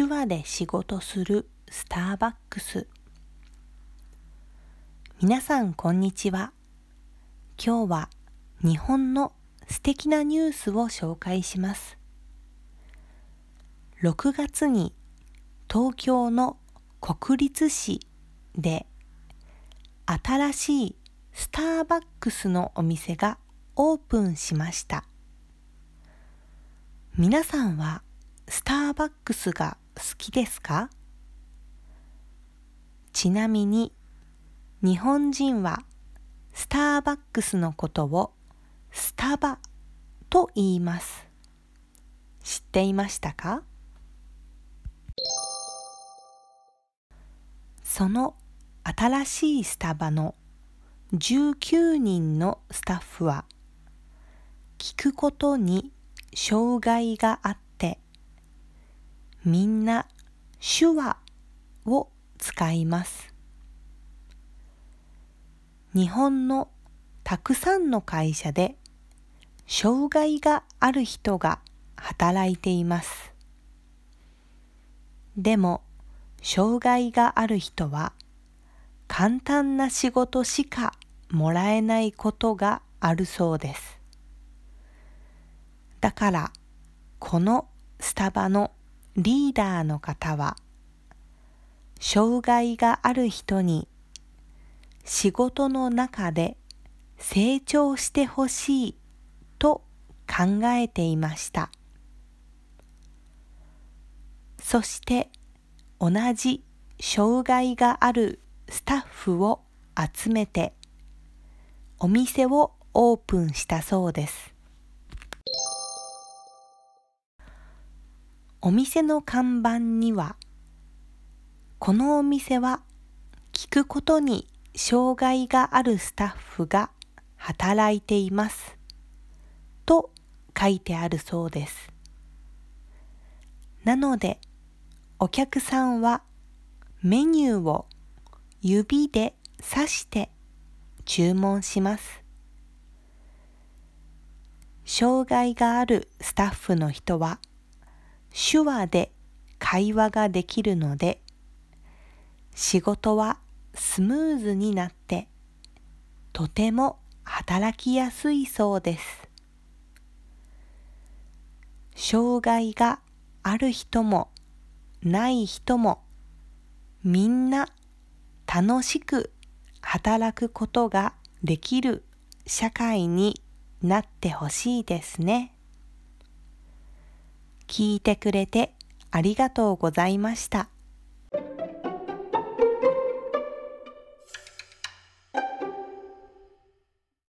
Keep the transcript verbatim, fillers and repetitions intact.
手話で仕事するスターバックス。皆さんこんにちは。今日は日本の素敵なニュースを紹介します。ろくがつに東京の国立市で新しいスターバックスのお店がオープンしました。皆さんはスターバックスが好きですか？ちなみに日本人はスターバックスのことをスタバと言います。知っていましたか？その新しいスタバのじゅうきゅうにんのスタッフは聞くことに障害があってみんな手話を使います。日本のたくさんの会社で障害がある人が働いています。でも障害がある人は簡単な仕事しかもらえないことがあるそうです。だからこのスタバのリーダーの方は障害がある人に仕事の中で成長してほしいと考えていました。そして同じ障害があるスタッフを集めてお店をオープンしたそうです。お店の看板には、このお店は聞くことに障害があるスタッフが働いていますと書いてあるそうです。なのでお客さんはメニューを指で指して注文します。障害があるスタッフの人は手話で会話ができるので仕事はスムーズになってとても働きやすいそうです。障害がある人もない人もみんな楽しく働くことができる社会になってほしいですね。聞いてくれてありがとうございました。